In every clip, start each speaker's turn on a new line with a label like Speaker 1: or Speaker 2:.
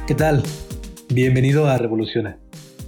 Speaker 1: ¿Qué tal? Bienvenido a Revoluciona.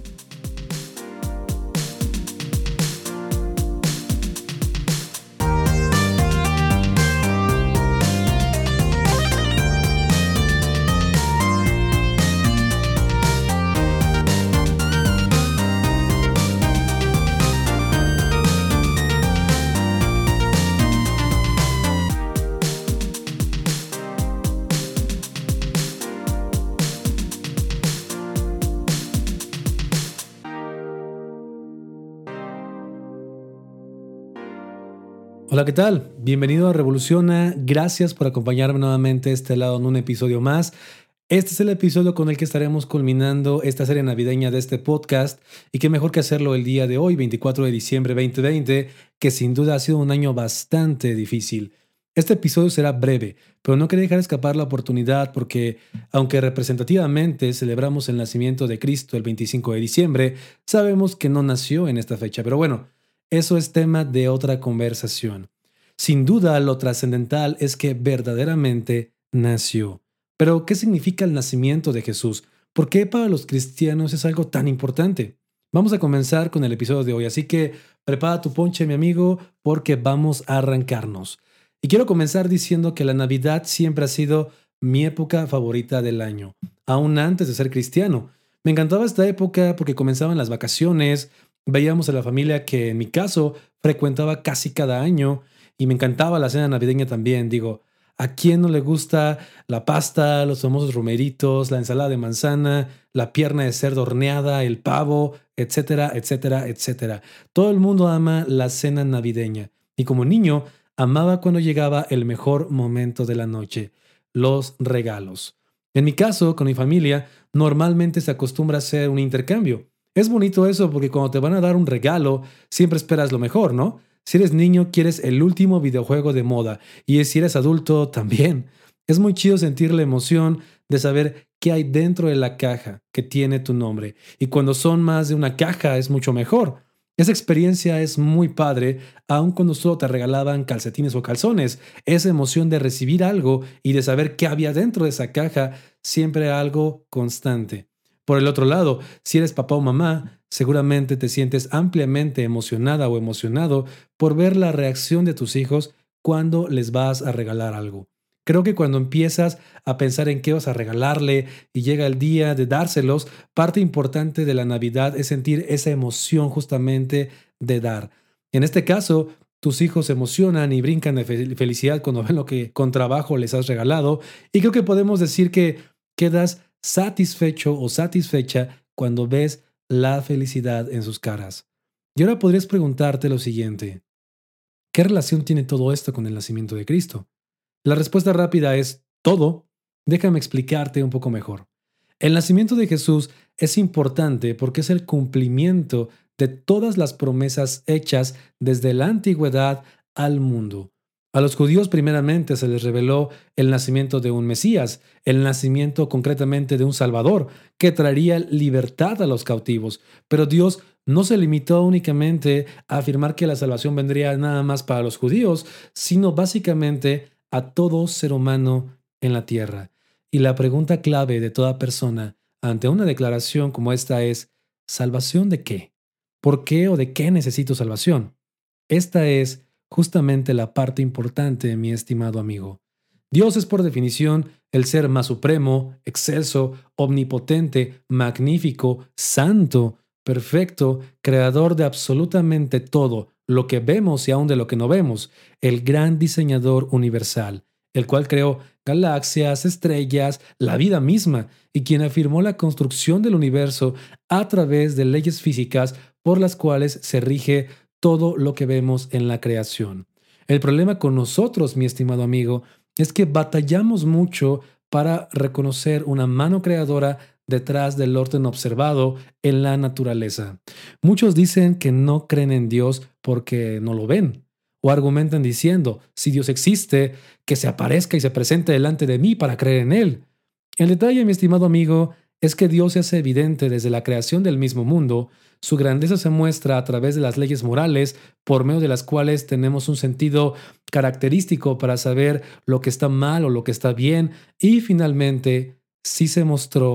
Speaker 1: Hola, ¿qué tal? Bienvenido a Revoluciona. Gracias por acompañarme nuevamente a este lado en un episodio más. Este es el episodio con el que estaremos culminando esta serie navideña de este podcast y qué mejor que hacerlo el día de hoy, 24 de diciembre 2020, que sin duda ha sido un año bastante difícil. Este episodio será breve, pero no quería dejar escapar la oportunidad porque, aunque representativamente celebramos el nacimiento de Cristo el 25 de diciembre, sabemos que no nació en esta fecha. Pero bueno, eso es tema de otra conversación. Sin duda, lo trascendental es que verdaderamente nació. Pero, ¿qué significa el nacimiento de Jesús? ¿Por qué para los cristianos es algo tan importante? Vamos a comenzar con el episodio de hoy, así que prepara tu ponche, mi amigo, porque vamos a arrancarnos. Y quiero comenzar diciendo que la Navidad siempre ha sido mi época favorita del año, aún antes de ser cristiano. Me encantaba esta época porque comenzaban las vacaciones, veíamos a la familia que en mi caso frecuentaba casi cada año y me encantaba la cena navideña también. Digo, ¿a quién no le gusta la pasta, los famosos romeritos, la ensalada de manzana, la pierna de cerdo horneada, el pavo, etcétera, etcétera, etcétera? Todo el mundo ama la cena navideña y como niño amaba cuando llegaba el mejor momento de la noche, los regalos. En mi caso, con mi familia, normalmente se acostumbra a hacer un intercambio. Es bonito eso porque cuando te van a dar un regalo, siempre esperas lo mejor, ¿no? Si eres niño, quieres el último videojuego de moda y si eres adulto, también. Es muy chido sentir la emoción de saber qué hay dentro de la caja que tiene tu nombre. Y cuando son más de una caja, es mucho mejor. Esa experiencia es muy padre, aun cuando solo te regalaban calcetines o calzones. Esa emoción de recibir algo y de saber qué había dentro de esa caja, siempre algo constante. Por el otro lado, si eres papá o mamá, seguramente te sientes ampliamente emocionada o emocionado por ver la reacción de tus hijos cuando les vas a regalar algo. Creo que cuando empiezas a pensar en qué vas a regalarle y llega el día de dárselos, parte importante de la Navidad es sentir esa emoción justamente de dar. En este caso, tus hijos se emocionan y brincan de felicidad cuando ven lo que con trabajo les has regalado y creo que podemos decir que quedas satisfecho o satisfecha cuando ves la felicidad en sus caras. Y ahora podrías preguntarte lo siguiente: ¿qué relación tiene todo esto con el nacimiento de Cristo? La respuesta rápida es todo. Déjame explicarte un poco mejor. El nacimiento de Jesús es importante porque es el cumplimiento de todas las promesas hechas desde la antigüedad al mundo. A los judíos primeramente se les reveló el nacimiento de un Mesías, el nacimiento concretamente de un Salvador, que traería libertad a los cautivos. Pero Dios no se limitó únicamente a afirmar que la salvación vendría nada más para los judíos, sino básicamente a todo ser humano en la tierra. Y la pregunta clave de toda persona ante una declaración como esta es: ¿salvación de qué? ¿Por qué o de qué necesito salvación? Esta es justamente la parte importante, mi estimado amigo. Dios es por definición el ser más supremo, excelso, omnipotente, magnífico, santo, perfecto, creador de absolutamente todo, lo que vemos y aún de lo que no vemos, el gran diseñador universal, el cual creó galaxias, estrellas, la vida misma, y quien afirmó la construcción del universo a través de leyes físicas por las cuales se rige todo lo que vemos en la creación. El problema con nosotros, mi estimado amigo, es que batallamos mucho para reconocer una mano creadora detrás del orden observado en la naturaleza. Muchos dicen que no creen en Dios porque no lo ven, o argumentan diciendo: si Dios existe, que se aparezca y se presente delante de mí para creer en Él. El detalle, mi estimado amigo, es que Dios se hace evidente desde la creación del mismo mundo. Su grandeza se muestra a través de las leyes morales, por medio de las cuales tenemos un sentido característico para saber lo que está mal o lo que está bien, y finalmente sí se mostró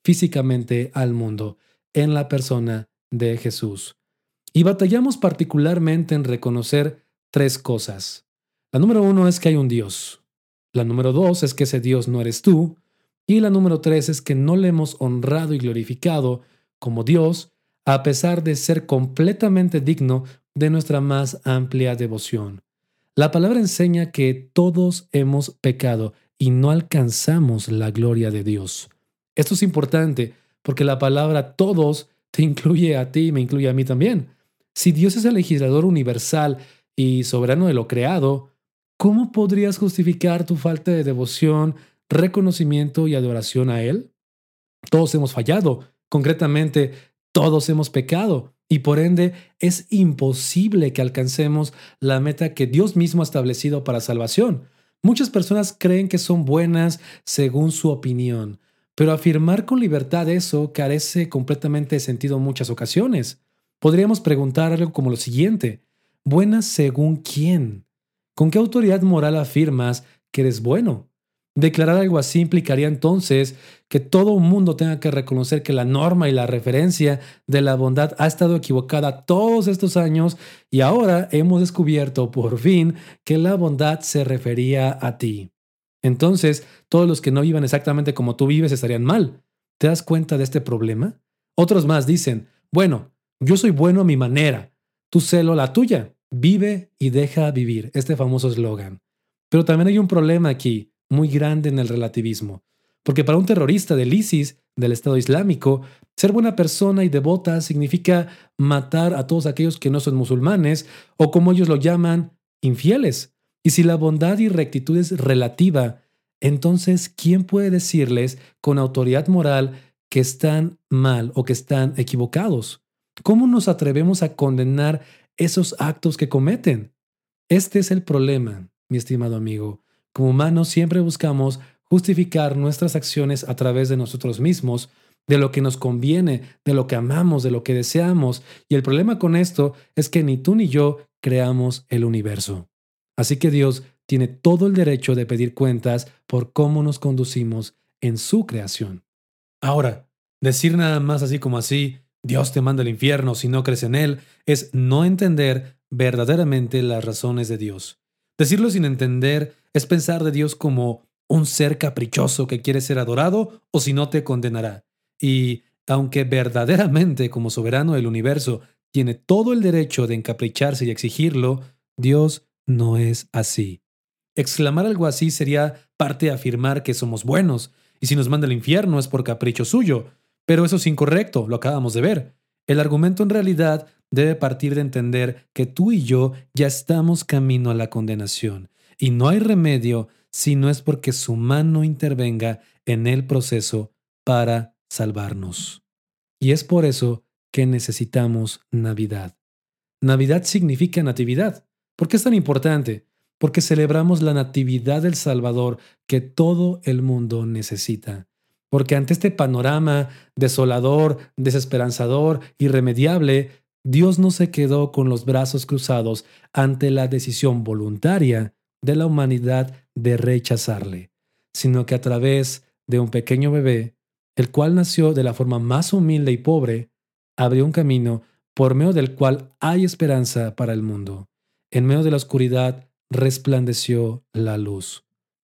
Speaker 1: físicamente al mundo en la persona de Jesús. Y batallamos particularmente en reconocer tres cosas. La número uno es que hay un Dios. La número dos es que ese Dios no eres tú. Y la número tres es que no le hemos honrado y glorificado como Dios, a pesar de ser completamente digno de nuestra más amplia devoción. La palabra enseña que todos hemos pecado y no alcanzamos la gloria de Dios. Esto es importante porque la palabra todos te incluye a ti y me incluye a mí también. Si Dios es el legislador universal y soberano de lo creado, ¿cómo podrías justificar tu falta de devoción, reconocimiento y adoración a Él? Todos hemos fallado, concretamente, todos hemos pecado y por ende es imposible que alcancemos la meta que Dios mismo ha establecido para salvación. Muchas personas creen que son buenas según su opinión, pero afirmar con libertad eso carece completamente de sentido en muchas ocasiones. Podríamos preguntar algo como lo siguiente: ¿buenas según quién? ¿Con qué autoridad moral afirmas que eres bueno? Declarar algo así implicaría entonces que todo un mundo tenga que reconocer que la norma y la referencia de la bondad ha estado equivocada todos estos años y ahora hemos descubierto por fin que la bondad se refería a ti. Entonces, todos los que no vivan exactamente como tú vives estarían mal. ¿Te das cuenta de este problema? Otros más dicen, bueno, yo soy bueno a mi manera, tú celo la tuya, vive y deja vivir, este famoso eslogan. Pero también hay un problema aquí muy grande en el relativismo. Porque para un terrorista del ISIS, del Estado Islámico, ser buena persona y devota significa matar a todos aquellos que no son musulmanes o como ellos lo llaman, infieles. Y si la bondad y rectitud es relativa, entonces, ¿quién puede decirles con autoridad moral que están mal o que están equivocados? ¿Cómo nos atrevemos a condenar esos actos que cometen? Este es el problema, mi estimado amigo. Como humanos siempre buscamos justificar nuestras acciones a través de nosotros mismos, de lo que nos conviene, de lo que amamos, de lo que deseamos. Y el problema con esto es que ni tú ni yo creamos el universo. Así que Dios tiene todo el derecho de pedir cuentas por cómo nos conducimos en su creación. Ahora, decir nada más así como así, Dios te manda al infierno si no crees en Él, es no entender verdaderamente las razones de Dios. Decirlo sin entender es pensar de Dios como un ser caprichoso que quiere ser adorado o si no te condenará. Y aunque verdaderamente como soberano del universo tiene todo el derecho de encapricharse y exigirlo, Dios no es así. Exclamar algo así sería parte de afirmar que somos buenos, y si nos manda al infierno es por capricho suyo. Pero eso es incorrecto, lo acabamos de ver. El argumento en realidad debe partir de entender que tú y yo ya estamos camino a la condenación, y no hay remedio si no es porque su mano intervenga en el proceso para salvarnos. Y es por eso que necesitamos Navidad. Navidad significa natividad. ¿Por qué es tan importante? Porque celebramos la natividad del Salvador que todo el mundo necesita. Porque ante este panorama desolador, desesperanzador, irremediable, Dios no se quedó con los brazos cruzados ante la decisión voluntaria de la humanidad de rechazarle, sino que a través de un pequeño bebé, el cual nació de la forma más humilde y pobre, abrió un camino por medio del cual hay esperanza para el mundo. En medio de la oscuridad resplandeció la luz.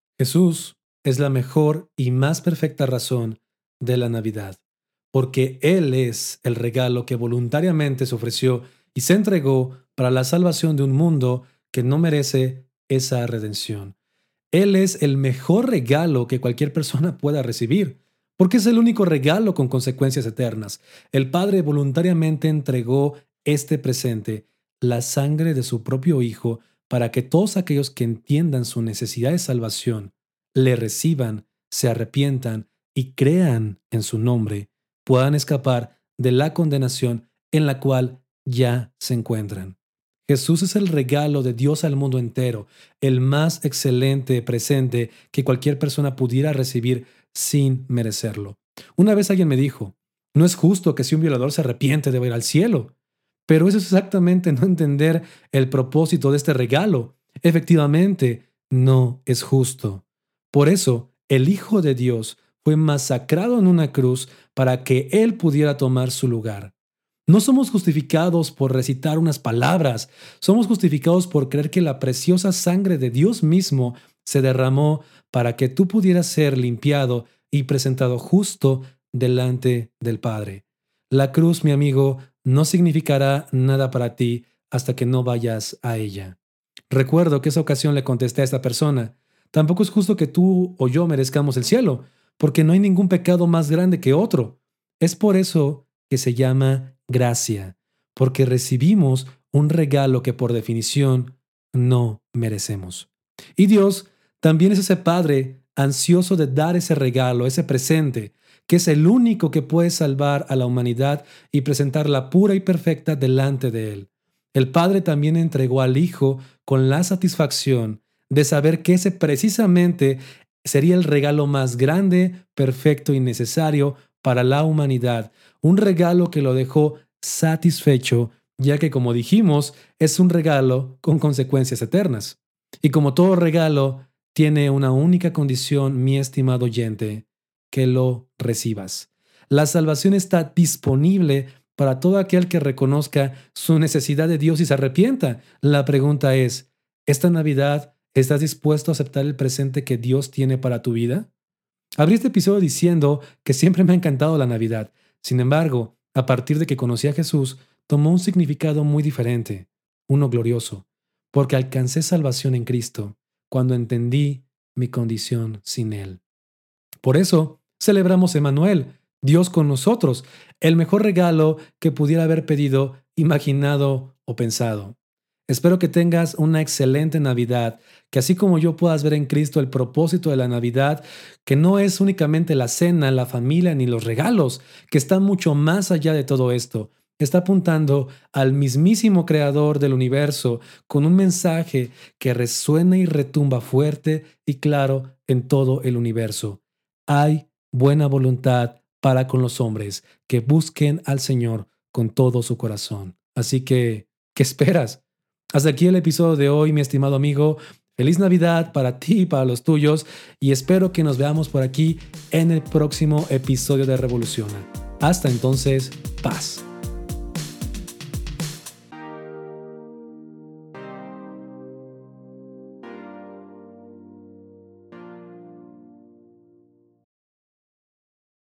Speaker 1: Jesús es la mejor y más perfecta razón de la Navidad, porque Él es el regalo que voluntariamente se ofreció y se entregó para la salvación de un mundo que no merece esa redención. Él es el mejor regalo que cualquier persona pueda recibir, porque es el único regalo con consecuencias eternas. El Padre voluntariamente entregó este presente, la sangre de su propio Hijo, para que todos aquellos que entiendan su necesidad de salvación, le reciban, se arrepientan y crean en su nombre, puedan escapar de la condenación en la cual ya se encuentran. Jesús es el regalo de Dios al mundo entero, el más excelente presente que cualquier persona pudiera recibir sin merecerlo. Una vez alguien me dijo, no es justo que si un violador se arrepiente deba ir al cielo. Pero eso es exactamente no entender el propósito de este regalo. Efectivamente, no es justo. Por eso, el Hijo de Dios fue masacrado en una cruz para que Él pudiera tomar su lugar. No somos justificados por recitar unas palabras, somos justificados por creer que la preciosa sangre de Dios mismo se derramó para que tú pudieras ser limpiado y presentado justo delante del Padre. La cruz, mi amigo, no significará nada para ti hasta que no vayas a ella. Recuerdo que esa ocasión le contesté a esta persona: tampoco es justo que tú o yo merezcamos el cielo, porque no hay ningún pecado más grande que otro. Es por eso que se llama gracia, porque recibimos un regalo que por definición no merecemos. Y Dios también es ese Padre ansioso de dar ese regalo, ese presente, que es el único que puede salvar a la humanidad y presentarla pura y perfecta delante de Él. El Padre también entregó al Hijo con la satisfacción de saber que ese precisamente sería el regalo más grande, perfecto y necesario para la humanidad. Un regalo que lo dejó satisfecho, ya que, como dijimos, es un regalo con consecuencias eternas. Y como todo regalo, tiene una única condición, mi estimado oyente: que lo recibas. La salvación está disponible para todo aquel que reconozca su necesidad de Dios y se arrepienta. La pregunta es: ¿esta Navidad estás dispuesto a aceptar el presente que Dios tiene para tu vida? Abrí este episodio diciendo que siempre me ha encantado la Navidad. Sin embargo, a partir de que conocí a Jesús, tomó un significado muy diferente, uno glorioso, porque alcancé salvación en Cristo cuando entendí mi condición sin Él. Por eso celebramos Emmanuel, Dios con nosotros, el mejor regalo que pudiera haber pedido, imaginado o pensado. Espero que tengas una excelente Navidad, que así como yo puedas ver en Cristo el propósito de la Navidad, que no es únicamente la cena, la familia ni los regalos, que está mucho más allá de todo esto. Está apuntando al mismísimo Creador del universo con un mensaje que resuena y retumba fuerte y claro en todo el universo. Hay buena voluntad para con los hombres que busquen al Señor con todo su corazón. Así que, ¿qué esperas? Hasta aquí el episodio de hoy, mi estimado amigo. Feliz Navidad para ti y para los tuyos, y espero que nos veamos por aquí en el próximo episodio de Revoluciona. Hasta entonces, paz.